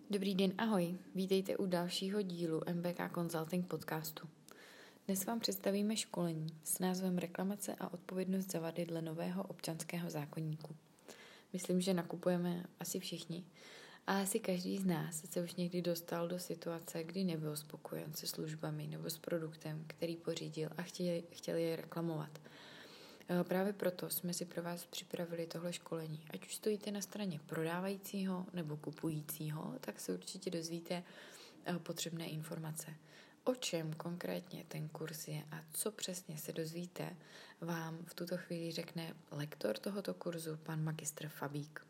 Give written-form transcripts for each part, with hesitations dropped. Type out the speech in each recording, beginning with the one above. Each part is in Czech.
Dobrý den, ahoj. Vítejte u dalšího dílu MBK Consulting podcastu. Dnes vám představíme školení s názvem Reklamace a odpovědnost za vady dle nového občanského zákoníku. Myslím, že nakupujeme asi všichni a asi každý z nás se už někdy dostal do situace, kdy nebyl spokojen se službami nebo s produktem, který pořídil a chtěl je reklamovat. Právě proto jsme si pro vás připravili tohle školení. Ať už stojíte na straně prodávajícího nebo kupujícího, tak se určitě dozvíte potřebné informace. O čem konkrétně ten kurz je a co přesně se dozvíte, vám v tuto chvíli řekne lektor tohoto kurzu, pan magistr Fabík.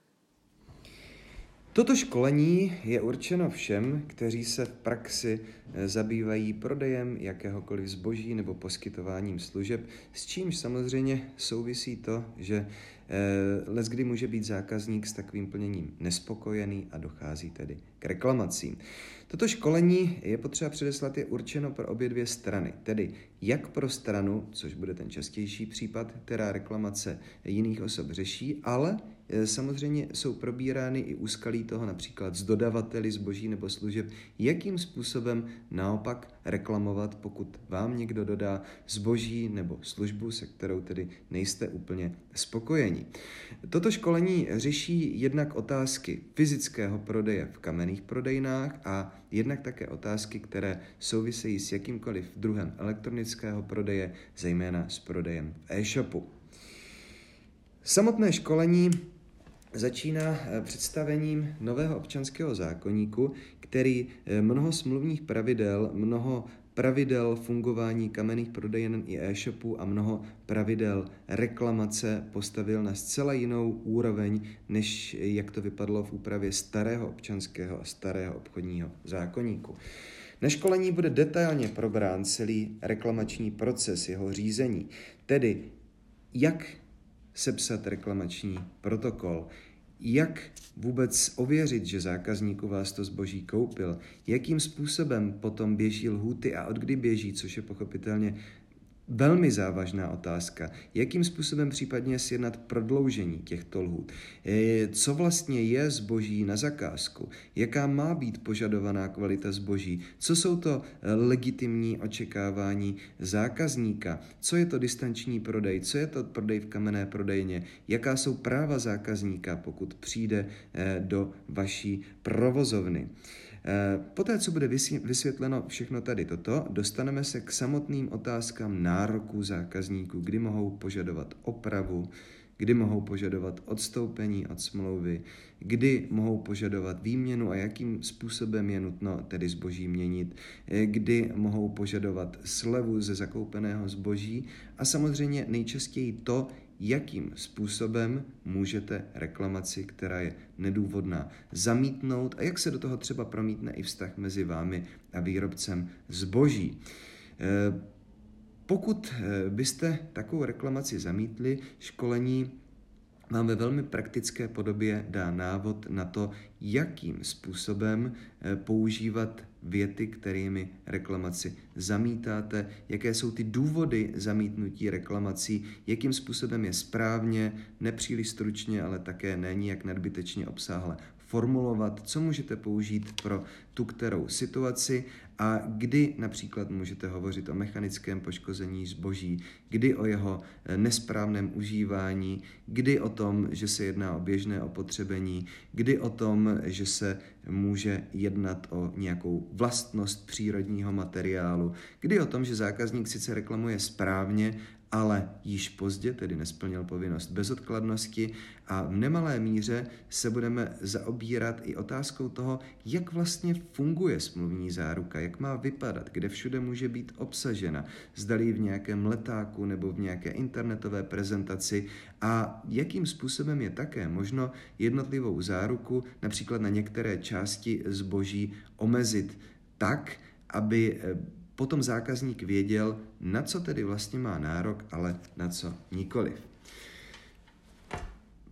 Toto školení je určeno všem, kteří se v praxi zabývají prodejem jakéhokoliv zboží nebo poskytováním služeb, s čímž samozřejmě souvisí to, že leckdy může být zákazník s takovým plněním nespokojený a dochází tedy k reklamacím. Toto školení je potřeba předeslat, je určeno pro obě dvě strany, tedy jak pro stranu, což bude ten častější případ, která reklamace jiných osob řeší, ale samozřejmě jsou probírány i úskalí toho například s dodavateli zboží nebo služeb, jakým způsobem naopak reklamovat, pokud vám někdo dodá zboží nebo službu, se kterou tedy nejste úplně spokojení. Toto školení řeší jednak otázky fyzického prodeje v kamenných prodejnách a jednak také otázky, které souvisejí s jakýmkoliv druhem elektronického prodeje, zejména s prodejem v e-shopu. Samotné školení začíná představením nového občanského zákoníku, který mnoho smluvních pravidel, mnoho pravidel fungování kamenných prodejen i e-shopů a mnoho pravidel reklamace postavil na zcela jinou úroveň, než jak to vypadlo v úpravě starého občanského a starého obchodního zákoníku. Na školení bude detailně probrán celý reklamační proces, jeho řízení, tedy jak sepsat reklamační protokol, jak vůbec ověřit, že zákazník u vás to zboží koupil, jakým způsobem potom běží lhůty a odkdy běží, což je pochopitelně velmi závažná otázka. Jakým způsobem případně sjednat prodloužení těchto lhůt? Co vlastně je zboží na zakázku? Jaká má být požadovaná kvalita zboží? Co jsou to legitimní očekávání zákazníka? Co je to distanční prodej? Co je to prodej v kamenné prodejně? Jaká jsou práva zákazníka, pokud přijde do vaší provozovny? Poté, co bude vysvětleno všechno tady toto, dostaneme se k samotným otázkám nároků zákazníků, kdy mohou požadovat opravu, kdy mohou požadovat odstoupení od smlouvy, kdy mohou požadovat výměnu a jakým způsobem je nutno tedy zboží měnit, kdy mohou požadovat slevu ze zakoupeného zboží a samozřejmě nejčastěji to, jakým způsobem můžete reklamaci, která je nedůvodná, zamítnout a jak se do toho třeba promítne i vztah mezi vámi a výrobcem zboží. Pokud byste takovou reklamaci zamítli, školení vám ve velmi praktické podobě dá návod na to, jakým způsobem používat věty, kterými reklamaci zamítáte, jaké jsou ty důvody zamítnutí reklamací, jakým způsobem je správně, nepříliš stručně, ale také ne nijak nadbytečně obsáhle formulovat, co můžete použít pro tu kterou situaci a kdy například můžete hovořit o mechanickém poškození zboží, kdy o jeho nesprávném užívání, kdy o tom, že se jedná o běžné opotřebení, kdy o tom, že se může jednat o nějakou vlastnost přírodního materiálu, kdy o tom, že zákazník sice reklamuje správně, ale již pozdě, tedy nesplnil povinnost bezodkladnosti a v nemalé míře se budeme zaobírat i otázkou toho, jak vlastně funguje smluvní záruka, jak má vypadat, kde všude může být obsažena, zdali v nějakém letáku nebo v nějaké internetové prezentaci a jakým způsobem je také možno jednotlivou záruku například na některé části zboží omezit tak, aby potom zákazník věděl, na co tedy vlastně má nárok, ale na co nikoliv.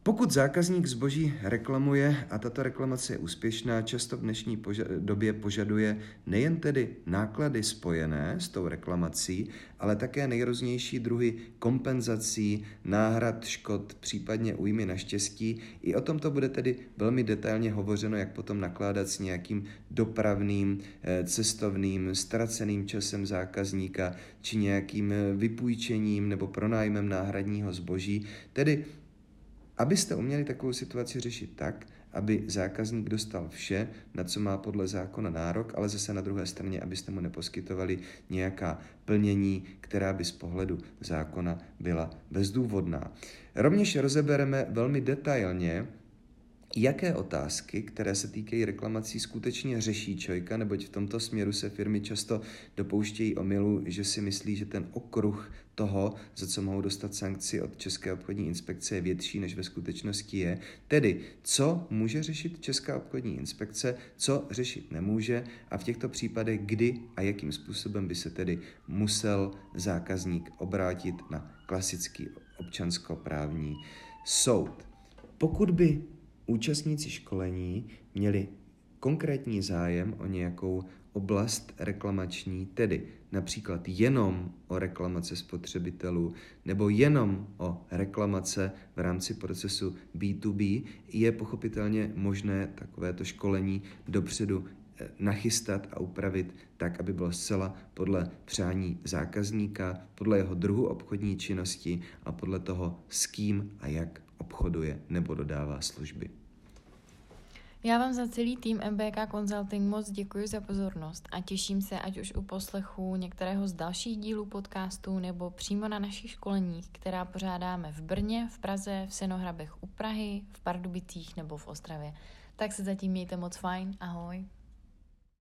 Pokud zákazník zboží reklamuje a tato reklamace je úspěšná, často v dnešní době požaduje nejen tedy náklady spojené s tou reklamací, ale také nejrůznější druhy kompenzací, náhrad škod, případně újmy na štěstí. I o tomto bude tedy velmi detailně hovořeno, jak potom nakládat s nějakým dopravným, cestovným, ztraceným časem zákazníka či nějakým vypůjčením nebo pronájmem náhradního zboží. Tedy abyste uměli takovou situaci řešit tak, aby zákazník dostal vše, na co má podle zákona nárok, ale zase na druhé straně, abyste mu neposkytovali nějaká plnění, která by z pohledu zákona byla bezdůvodná. Rovněž rozebereme velmi detailně, jaké otázky, které se týkají reklamací, skutečně řeší ČOIka, neboť v tomto směru se firmy často dopouštějí omylu, že si myslí, že ten okruh toho, za co mohou dostat sankci od České obchodní inspekce, je větší, než ve skutečnosti je. Tedy, co může řešit Česká obchodní inspekce, co řešit nemůže a v těchto případech, kdy a jakým způsobem by se tedy musel zákazník obrátit na klasický občanskoprávní soud. Pokud by účastníci školení měli konkrétní zájem o nějakou oblast reklamační, tedy například jenom o reklamace spotřebitelů nebo jenom o reklamace v rámci procesu B2B, je pochopitelně možné takovéto školení dopředu nachystat a upravit tak, aby bylo zcela podle přání zákazníka, podle jeho druhu obchodní činnosti a podle toho, s kým a jak obchoduje nebo dodává služby. Já vám za celý tým MBK Consulting moc děkuji za pozornost a těším se, ať už u poslechu některého z dalších dílů podcastu nebo přímo na našich školeních, která pořádáme v Brně, v Praze, v Senohrabech u Prahy, v Pardubicích nebo v Ostravě. Tak se zatím mějte moc fajn, ahoj.